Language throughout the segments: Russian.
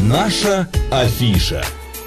Наша афиша.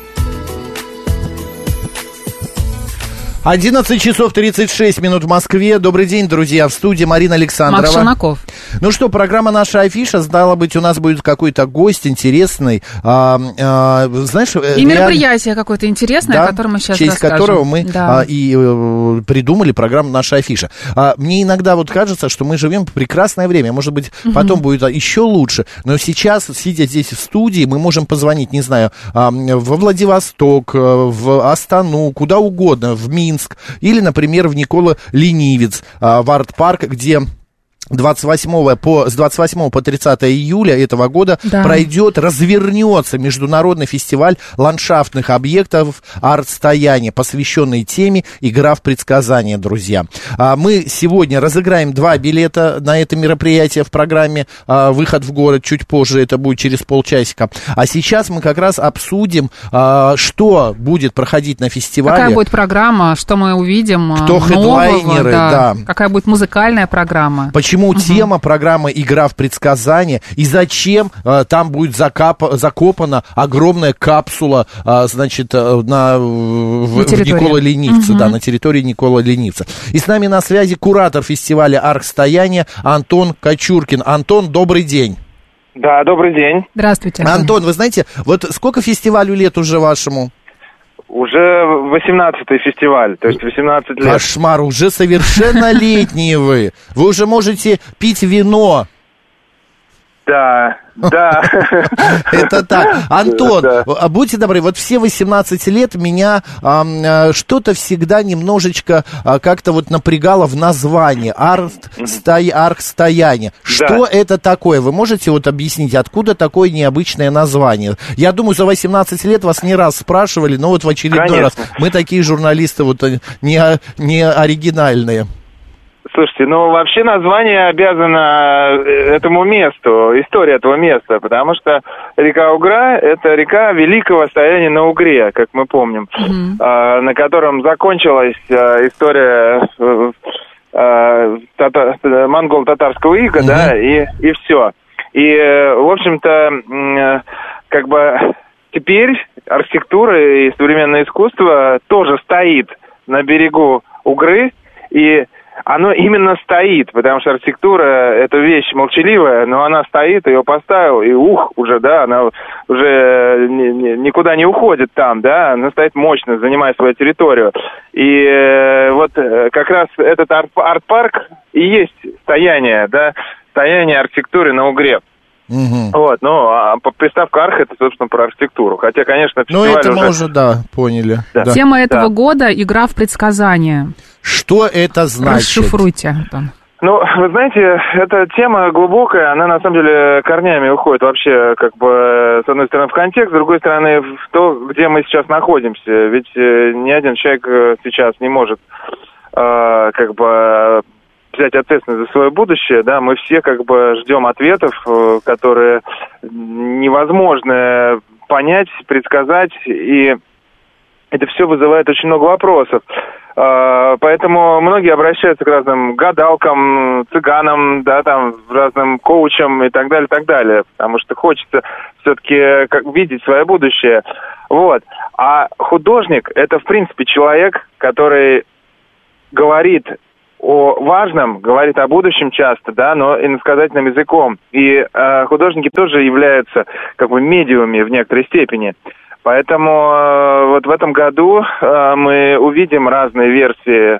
11 часов 36 минут в Москве. Добрый день, друзья. В студии Марина Александрова. Макс Шунаков. Ну что, программа «Наша афиша». Стало быть, у нас будет какой-то гость интересный. Знаешь, и мероприятие какое-то интересное, да, о котором мы сейчас расскажем. В честь которого мы придумали программу «Наша афиша». Мне иногда вот кажется, что мы живем в прекрасное время. Может быть, потом будет еще лучше. Но сейчас, сидя здесь в студии, мы можем позвонить, не знаю, во Владивосток, в Астану, куда угодно, в Минск. Или, например, в Никола-Ленивец, в арт-парк, где с 28 по 30 июля этого года пройдет, развернется международный фестиваль ландшафтных объектов «Арт-стояние», посвященный теме «Игра в предсказания», друзья. Мы сегодня разыграем 2 билета на это мероприятие в программе «Выход в город». Чуть позже, это будет через полчасика. А сейчас мы как раз обсудим, что будет проходить на фестивале. Какая будет программа, что мы увидим. Кто хедлайнеры, да. Какая будет музыкальная программа. Почему тема программы «Игра в предсказания» и зачем там будет закопана огромная капсула, значит, в Никола-Ленивце, на территории Никола-Ленивца. И с нами на связи куратор фестиваля «Арт-стояние» Антон Кочуркин. Антон, добрый день. Да, добрый день. Здравствуйте. Антон, вы знаете, вот сколько фестивалю лет уже вашему? Уже 18-й фестиваль, то есть 18 лет. Кошмар, уже совершеннолетние вы. Вы уже можете пить вино. Да. Это так. Антон, будьте добры, вот все 18 лет меня что-то всегда немножечко как-то вот напрягало в названии. Арт-стояние. Что это такое? Вы можете вот объяснить, откуда такое необычное название? Я думаю, за 18 лет вас не раз спрашивали, но вот в очередной раз. Мы такие журналисты вот не оригинальные. Слушайте, вообще название обязано этому месту, история этого места, потому что река Угра – это река великого стояния на Угре, как мы помним, на котором закончилась история монголо-татарского ига, да, и все. И, в общем-то, как бы теперь архитектура и современное искусство тоже стоит на берегу Угры, и оно именно стоит, потому что архитектура – это вещь молчаливая, но она стоит, ее поставил, и она уже никуда не уходит там, да, она стоит мощно, занимая свою территорию. И вот как раз этот арт-парк и есть стояние архитектуры на Угре. Вот, приставка «арх» — это, собственно, про архитектуру. Хотя, конечно, фестиваль это мы уже, поняли. Да. Тема этого года — «Игра в предсказания». Что это значит? Расшифруйте, Антон. Вы знаете, эта тема глубокая, она, на самом деле, корнями уходит вообще, как бы, с одной стороны, в контекст, с другой стороны, в то, где мы сейчас находимся. Ведь ни один человек сейчас не может, как бы, взять ответственность за свое будущее, да, мы все как бы ждем ответов, которые невозможно понять, предсказать, и это все вызывает очень много вопросов. Поэтому многие обращаются к разным гадалкам, цыганам, да, там, разным коучам и так далее, потому что хочется все-таки видеть свое будущее. Вот. А художник – это, в принципе, человек, который говорит о важном, говорит о будущем часто, да, но иносказательным языком. И художники тоже являются как бы медиумами в некоторой степени. Поэтому вот в этом году мы увидим разные версии,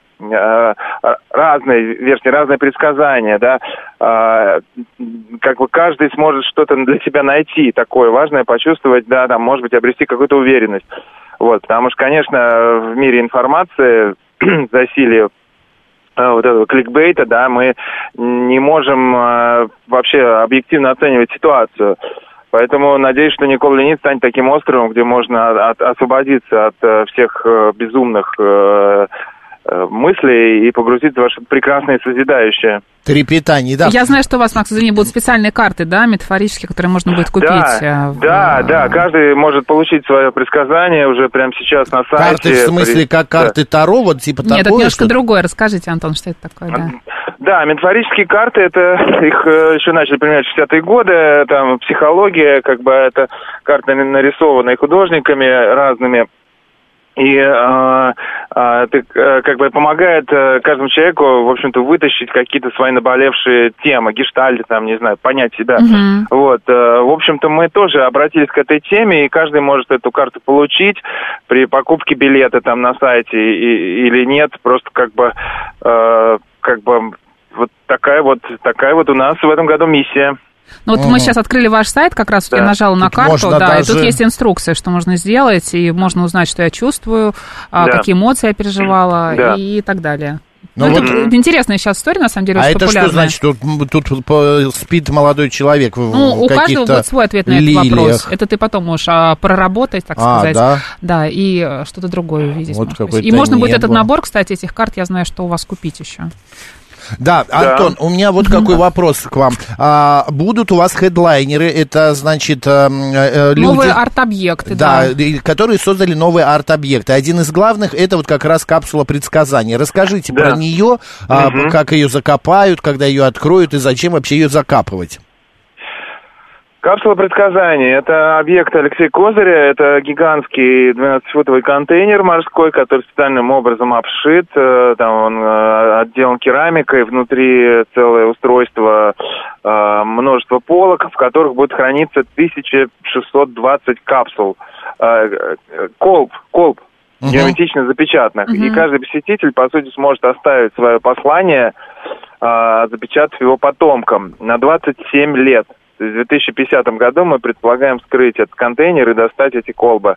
разные предсказания, да. Как бы каждый сможет что-то для себя найти такое важное, почувствовать, да, там, может быть, обрести какую-то уверенность. Вот, потому что, конечно, в мире информации, засилие вот этого кликбейта, да, мы не можем вообще объективно оценивать ситуацию. Поэтому надеюсь, что Никола-Ленивец станет таким островом, где можно освободиться от всех безумных мысли и погрузиться в ваше прекрасное и созидающее. Трепетание, да. Я знаю, что у вас, Макс, извини, будут специальные карты, да, метафорические, которые можно будет купить. Да, каждый может получить свое предсказание уже прямо сейчас на сайте. Карты, в смысле, как карты Таро, вот типа такое? Нет, это немножко другое. Расскажите, Антон, что это такое, да? Да, метафорические карты, это их еще начали применять в 60-е годы, там психология, как бы это карты нарисованные художниками разными. И это как бы помогает каждому человеку, в общем-то, вытащить какие-то свои наболевшие темы, гештальты, там, не знаю, понять себя. Вот, в общем-то, мы тоже обратились к этой теме, и каждый может эту карту получить при покупке билета там на сайте или нет, просто как бы вот такая вот у нас в этом году миссия. Ну вот мы сейчас открыли ваш сайт, как раз я нажала на карту, да, и тут есть инструкция, что можно сделать, и можно узнать, что я чувствую, какие эмоции я переживала и так далее. Ну, вот это интересная сейчас история, на самом деле, очень популярная. А это что значит? Тут спит молодой человек в у каждого будет свой ответ на этот вопрос. Это ты потом можешь проработать, так сказать. Да, и что-то другое увидеть. Вот и можно будет этот набор, кстати, этих карт, я знаю, что у вас купить еще. Да, Антон, у меня вот какой вопрос к вам. Будут у вас хедлайнеры, это значит люди... Новые арт-объекты, да. Которые создали новые арт-объекты. Один из главных, это вот как раз капсула предсказаний. Расскажите про нее, как ее закопают, когда ее откроют и зачем вообще ее закапывать. Капсула предсказаний – это объект Алексея Козыря, это гигантский 12-футовый контейнер морской, который специальным образом обшит, там он отделан керамикой, внутри целое устройство, множество полок, в которых будет храниться 1620 капсул, колб, герметично запечатанных. И каждый посетитель, по сути, сможет оставить свое послание, запечатав его потомкам на 27 лет. В 2050 году мы предполагаем вскрыть этот контейнер и достать эти колбы.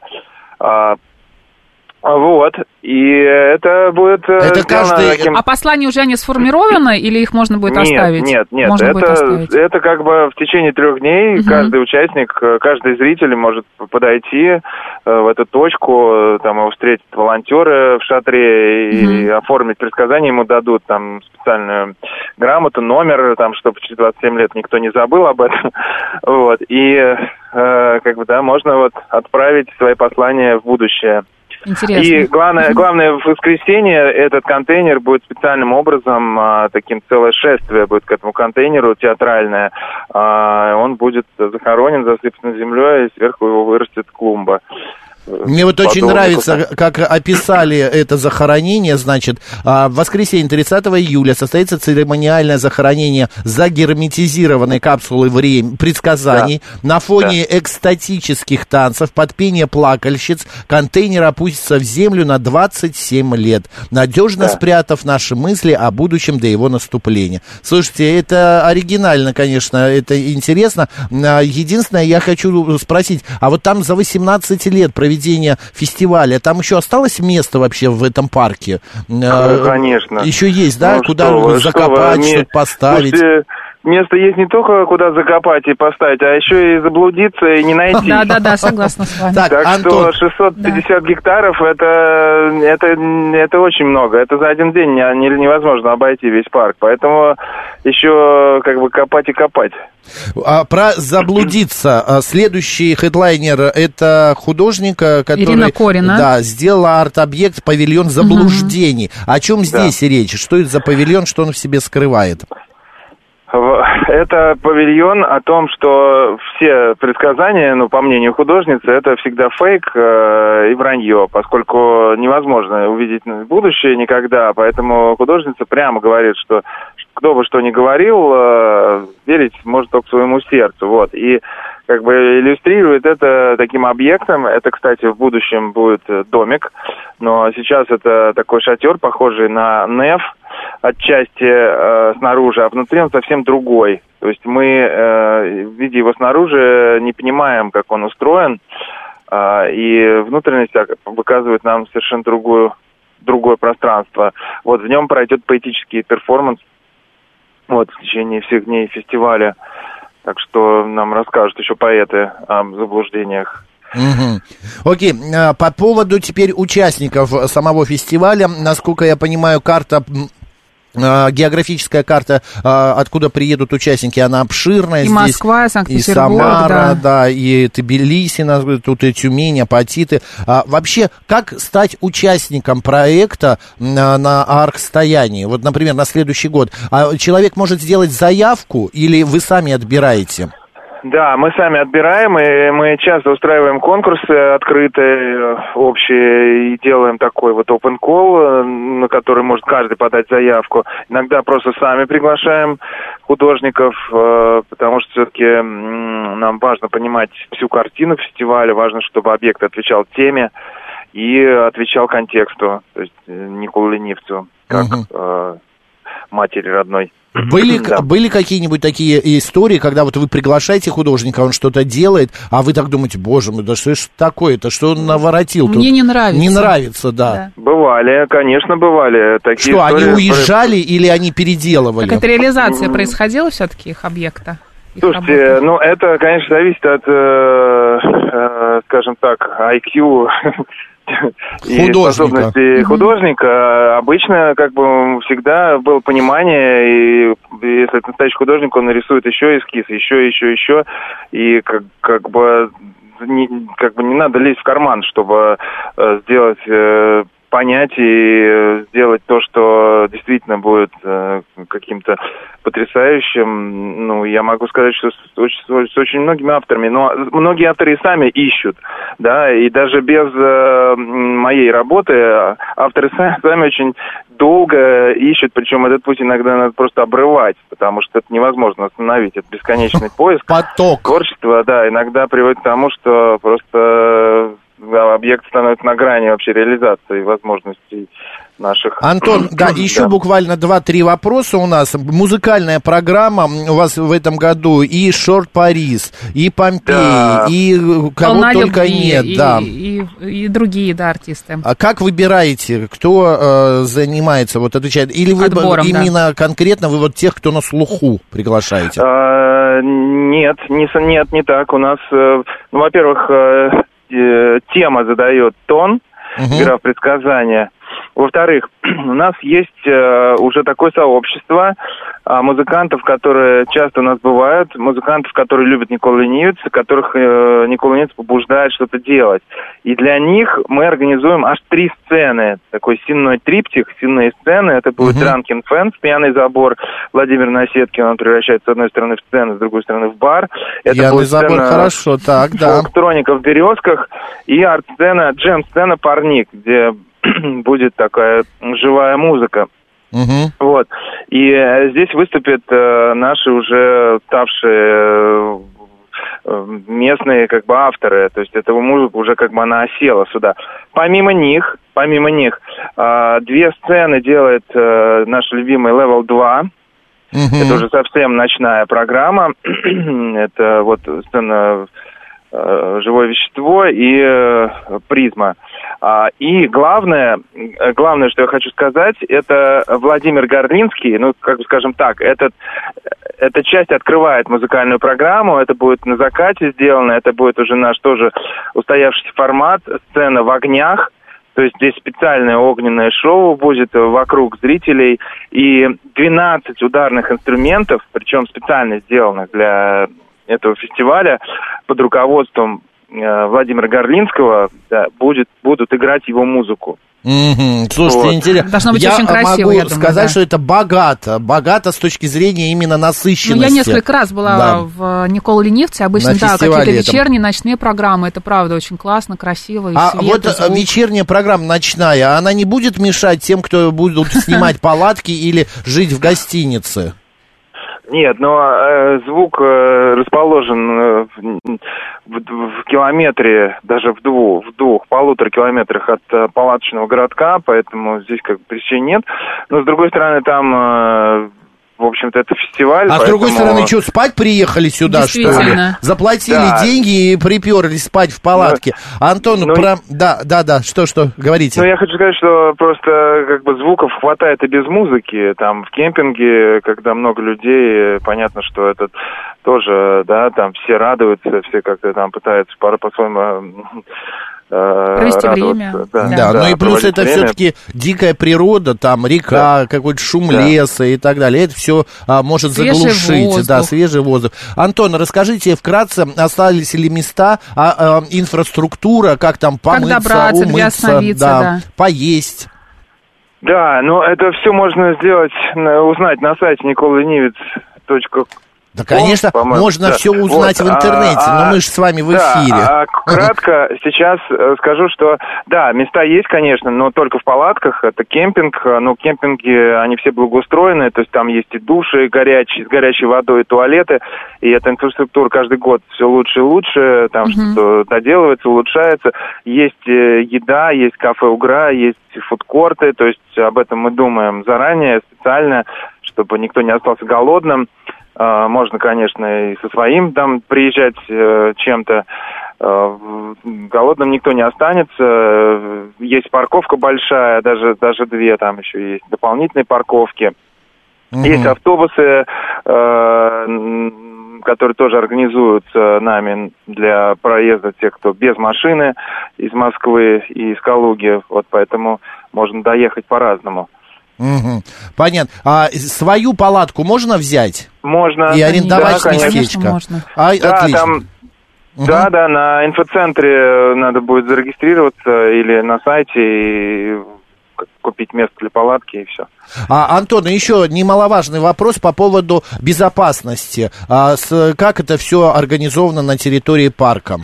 Вот, и это будет... А послания уже они сформированы, или их можно будет оставить? Нет, это как бы в течение 3 дней каждый участник, каждый зритель может подойти в эту точку, там его встретят волонтеры в шатре и оформить предсказание, ему дадут там специальную грамоту, номер, там, чтобы через 27 лет никто не забыл об этом, вот, и как бы, да, можно вот отправить свои послания в будущее. Интересно. И главное, в воскресенье этот контейнер будет специальным образом, таким целое шествие будет к этому контейнеру, театральное. Он будет захоронен, засыпан землей, и сверху его вырастет клумба. Мне вот очень нравится, как описали это захоронение, значит, в воскресенье 30 июля состоится церемониальное захоронение загерметизированной капсулы предсказаний. На фоне экстатических танцев, под пение плакальщиц, контейнер опустится в землю на 27 лет, надежно спрятав наши мысли о будущем до его наступления. Слушайте, это оригинально, конечно, это интересно. Единственное, я хочу спросить, а вот там за 18 лет проведения фестиваля, там еще осталось место вообще в этом парке? Конечно. Еще есть, да? Куда закопать, что-то поставить? Слушайте, место есть не только куда закопать и поставить, а еще и заблудиться и не найти. Да, согласна с вами. Так Антон, что 650 гектаров это очень много. Это за один день невозможно обойти весь парк. Поэтому еще как бы копать и копать. Про заблудиться. Следующий хедлайнер — это художник, который Ирина Корина. Да, сделала арт-объект «Павильон заблуждений». О чем здесь речь? Что это за павильон, что он в себе скрывает? Это павильон о том, что все предсказания, по мнению художницы, это всегда фейк и вранье, поскольку невозможно увидеть будущее никогда, поэтому художница прямо говорит, что кто бы что ни говорил, верить может только своему сердцу, вот, и как бы иллюстрирует это таким объектом. Это, кстати, в будущем будет домик, но сейчас это такой шатер, похожий на НЭФ, отчасти снаружи, а внутри он совсем другой. То есть мы, видя его снаружи, не понимаем, как он устроен, и внутренность выказывает нам совершенно другое пространство. Вот в нем пройдет поэтический перформанс в течение всех дней фестиваля. Так что нам расскажут еще поэты о заблуждениях. Окей, по поводу теперь участников самого фестиваля, насколько я понимаю, географическая карта, откуда приедут участники, она обширная. И здесь Москва, и Санкт-Петербург, и Самара, да, и Тбилиси, тут и Тюмень, Апатиты. Вообще, как стать участником проекта на арк-стоянии? Вот, например, на следующий год. Человек может сделать заявку или вы сами отбираете? Да, мы сами отбираем, и мы часто устраиваем конкурсы открытые, общие, и делаем такой вот open call, на который может каждый подать заявку. Иногда просто сами приглашаем художников, потому что все-таки нам важно понимать всю картину фестиваля, важно, чтобы объект отвечал теме и отвечал контексту, то есть Николу Ленивцу, как матери родной. Были какие-нибудь такие истории, когда вот вы приглашаете художника, он что-то делает, а вы так думаете, боже мой, да что ж такое-то, что он наворотил тут? Мне не нравится. Не нравится, да. Бывали, конечно, бывали. Такие что, они уезжали или они переделывали? Так это реализация происходила все-таки их объекта? Слушайте, ну это, конечно, зависит от, скажем так, IQ и способности художника. Обычно, как бы, всегда было понимание, и если это настоящий художник, он нарисует еще эскиз, еще, и как бы не надо лезть в карман, чтобы сделать, понять и сделать то, что действительно будет каким-то потрясающим. Ну, я могу сказать, что с очень многими авторами, но многие авторы и сами ищут, да, и даже без моей работы авторы сами очень долго ищут, причем этот путь иногда надо просто обрывать, потому что это невозможно остановить, это бесконечный поиск. Поток. Творчество, да, иногда приводит к тому, что просто объект становится на грани вообще реализации возможностей наших. Антон, да, еще буквально 2-3 вопроса у нас. Музыкальная программа у вас в этом году и Шорт Парис, и Помпеи, и кого только нет, да. И другие, да, артисты. А как выбираете, кто занимается, вот отвечает? Или вы отбором, именно конкретно вы вот тех, кто на слуху приглашаете? Нет, не так. У нас, во-первых, тема задает тон, игра в предсказания. Во-вторых, у нас есть уже такое сообщество музыкантов, которые часто у нас бывают, музыкантов, которые любят Николу Ленивца, которых Никола Ленивец побуждает что-то делать. И для них мы организуем аж 3 сцены. Такой сенной триптих, сенные сцены. Это будет Drunken Fans, пьяный забор. Владимир Насеткин, он превращается с одной стороны в сцену, с другой стороны в бар. Это пьяный будет забор, хорошо, так, да. Фолктроника в Березках и арт-сцена, джем-сцена «Парник», где будет такая живая музыка. Вот. И здесь выступят наши уже ставшие местные как бы авторы, то есть эта музыка уже как бы она осела сюда. Помимо них 2 сцены делает наш любимый Level 2. Это уже совсем ночная программа. Это вот сцена «Живое вещество» и «Призма». И главное, что я хочу сказать, это Владимир Горлинский, ну, как бы скажем так, эта часть открывает музыкальную программу, это будет на закате сделано, это будет уже наш тоже устоявшийся формат, сцена в огнях, то есть здесь специальное огненное шоу будет вокруг зрителей, и 12 ударных инструментов, причем специально сделанных для этого фестиваля, под руководством Владимира Горлинского, да, будут играть его музыку. Слушайте, вот. Интересно. Должно быть очень красиво, я могу сказать, что это богато с точки зрения именно насыщенности. Я несколько раз была в Николу Ленивце, обычно, какие-то вечерние, ночные программы, это правда очень классно, красиво, и свет, вот звук. Вечерняя программа ночная, она не будет мешать тем, кто будут снимать палатки или жить в гостинице? Нет, но звук расположен в километре, даже в двух, 1,5 километрах от палаточного городка, поэтому здесь как бы причин нет. Но, с другой стороны, там в общем-то, это фестиваль. А с другой стороны, что, спать приехали сюда, что ли? Заплатили деньги и приперлись спать в палатке. Антон, Да, что, говорите. Я хочу сказать, что просто как бы звуков хватает и без музыки. Там в кемпинге, когда много людей, понятно, что это тоже, да, там все радуются, все как-то там пытаются по-своему... провести время. Да, ну и плюс это все-таки дикая природа, там река, какой-то шум леса и так далее. Это все может заглушить. Да, свежий воздух. Антон, расскажите вкратце, остались ли места, инфраструктура, как там помыться, умыться, поесть. Да, это все можно сделать, узнать на сайте nikollenivets.com. Да, конечно, можно все узнать в интернете, но мы же с вами в эфире. Кратко сейчас скажу, что, да, места есть, конечно, но только в палатках, это кемпинг, но кемпинги, они все благоустроены, то есть там есть и души с горячей водой, и туалеты, и эта инфраструктура каждый год все лучше и лучше, там что-то доделывается, улучшается, есть еда, есть кафе «Угра», есть фудкорты, то есть об этом мы думаем заранее, специально, чтобы никто не остался голодным. Можно, конечно, и со своим там приезжать чем-то. Голодным никто не останется. Есть парковка большая, даже две, там еще есть дополнительные парковки. Есть автобусы, которые тоже организуются нами для проезда тех, кто без машины из Москвы и из Калуги. Вот поэтому можно доехать по-разному. Понятно. А свою палатку можно взять? Можно. И арендовать местечко? Отлично. Да, на инфоцентре надо будет зарегистрироваться или на сайте и купить место для палатки, и все. Антон, еще немаловажный вопрос по поводу безопасности. Как это все организовано на территории парка?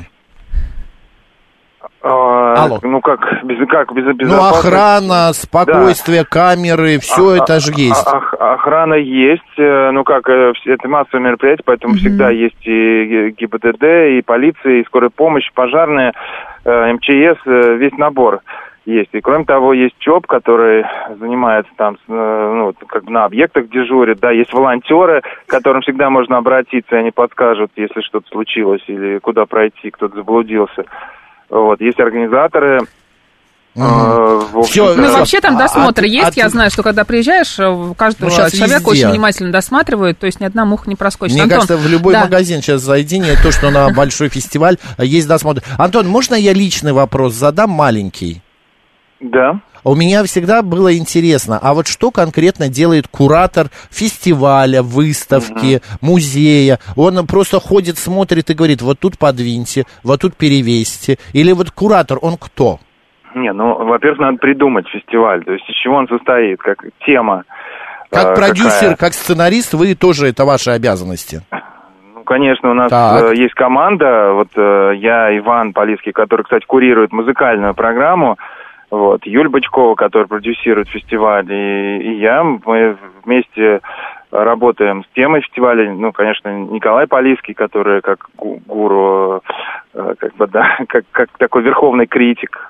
Безопасность? Охрана, спокойствие, камеры, все это же есть. Охрана есть, это массовое мероприятие, поэтому всегда есть и ГИБДД, и полиция, и скорая помощь, пожарная, МЧС, весь набор есть. И кроме того, есть ЧОП, который занимается там, на объектах дежурит, да, есть волонтеры, к которым всегда можно обратиться, и они подскажут, если что-то случилось, или куда пройти, кто-то заблудился. Вот, есть организаторы. Вообще там досмотр есть. Я знаю, что когда приезжаешь, каждого человека очень внимательно досматривают, то есть ни одна муха не проскочит. Мне кажется, в любой магазин сейчас зайди, не то, что на большой фестиваль, есть досмотр. Антон, можно я личный вопрос задам, маленький? Да. У меня всегда было интересно, а вот что конкретно делает куратор фестиваля, выставки, музея? Он просто ходит, смотрит и говорит, вот тут подвиньте, вот тут перевесьте. Или вот куратор, он кто? Во-первых, надо придумать фестиваль, то есть из чего он состоит, как тема. Как продюсер, как сценарист, вы тоже, это ваши обязанности. Конечно, у нас есть команда, вот я, Иван Полиский, который, кстати, курирует музыкальную программу, вот, Юль Бычкова, которая продюсирует фестиваль, и я, мы вместе работаем с темой фестиваля, конечно, Николай Полиский, который как гуру, как такой верховный критик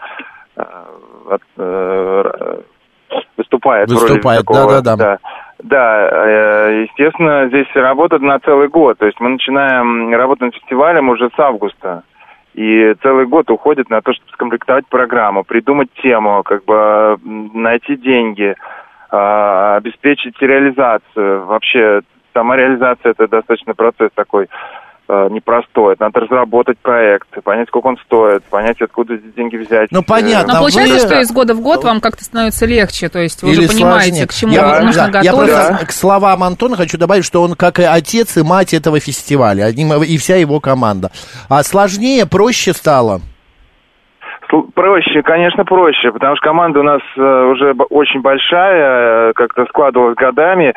выступает в роли такого. Да, естественно, здесь работа на целый год, то есть мы начинаем работать над фестивалем уже с августа. И целый год уходит на то, чтобы скомплектовать программу, придумать тему, найти деньги, обеспечить реализацию. Вообще, сама реализация – это достаточно процесс такой непростой. Надо разработать проект, понять, сколько он стоит, понять, откуда эти деньги взять. Понятно. Но получается, что из года в год вам как-то становится легче, то есть вы уже понимаете, к чему нужно готовиться. Я просто к словам Антона хочу добавить, что он как и отец, и мать этого фестиваля, и вся его команда. А сложнее, проще стало? Проще, конечно, проще, потому что команда у нас уже очень большая, как-то складывалась годами,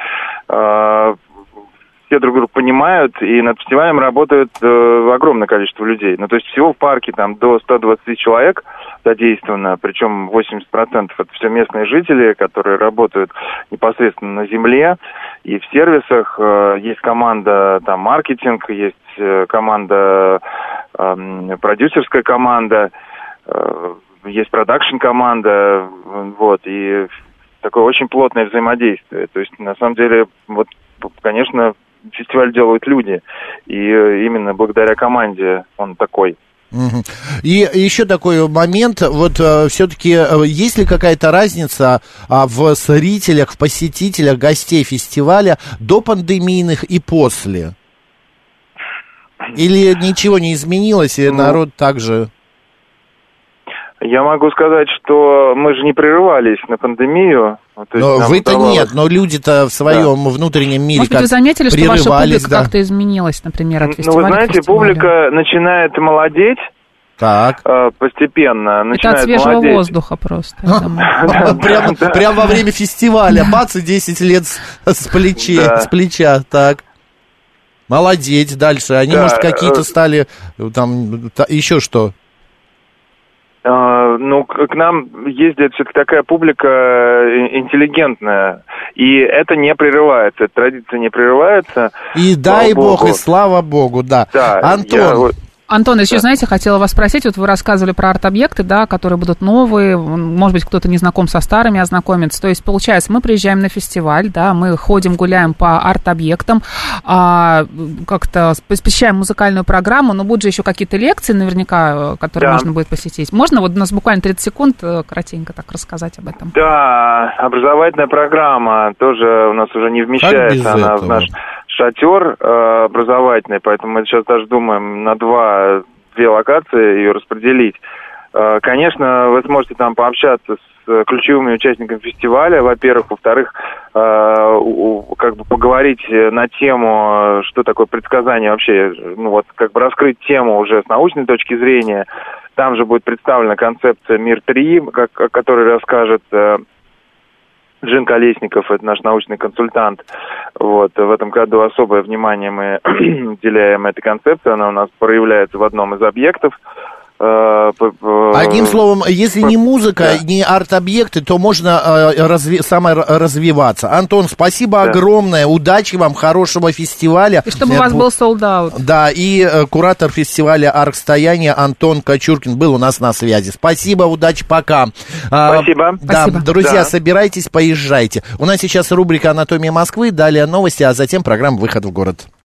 все друг друга понимают, и над фестивалем работает огромное количество людей. То есть всего в парке там до 120 человек задействовано, причем 80% это все местные жители, которые работают непосредственно на земле и в сервисах. Есть команда там маркетинг, есть команда, продюсерская команда, есть продакшн команда, вот, и такое очень плотное взаимодействие. То есть, на самом деле, вот, конечно, фестиваль делают люди, и именно благодаря команде он такой. И еще такой момент, вот все-таки есть ли какая-то разница в зрителях, в посетителях, гостей фестиваля до пандемийных и после? Или ничего не изменилось, и народ также... Я могу сказать, что мы же не прерывались на пандемию. Но вы-то нет, но люди-то в своем внутреннем мире. Может быть, вы заметили, что ваша публика как-то изменилась, например, от фестиваля? Ну, вы знаете, публика начинает молодеть. Так. Постепенно начинает молодеть. Это от свежего молодеть. Воздуха просто. Прямо во время фестиваля. Бац, и 10 лет с плеча. Так. Молодеть. Дальше. Они, может, какие-то стали там еще что? Ну, к нам ездит все-таки такая публика интеллигентная, и это не прерывается, эта традиция не прерывается. И дай бог, и слава богу, да. Антон, еще, знаете, хотела вас спросить, вот вы рассказывали про арт-объекты, да, которые будут новые, может быть, кто-то не знаком со старыми, ознакомится. То есть, получается, мы приезжаем на фестиваль, да, мы ходим, гуляем по арт-объектам, как-то посещаем музыкальную программу, но будут же еще какие-то лекции наверняка, которые можно будет посетить. Можно вот у нас буквально 30 секунд коротенько так рассказать об этом? Да, образовательная программа тоже у нас уже не вмещается, она в наш... шатер образовательный, поэтому мы сейчас даже думаем на две локации ее распределить. Конечно, вы сможете там пообщаться с ключевыми участниками фестиваля, во-первых. Во-вторых, как бы поговорить на тему, что такое предсказание вообще, ну вот как бы раскрыть тему уже с научной точки зрения. Там же будет представлена концепция «Мир-3», о которой расскажет... Джин Колесников, это наш научный консультант. Вот, в этом году особое внимание мы уделяем этой концепции. Она у нас проявляется в одном из объектов. Одним словом, если не музыка, не арт-объекты, то можно саморазвиваться. Антон, спасибо огромное, удачи вам, хорошего фестиваля. И чтобы у вас был sold-out. Да, и куратор фестиваля «Аркстояние» Антон Кочуркин был у нас на связи. Спасибо, удачи, пока. Спасибо. Да, друзья, собирайтесь, поезжайте. У нас сейчас рубрика «Анатомия Москвы», далее новости, а затем программа «Выход в город».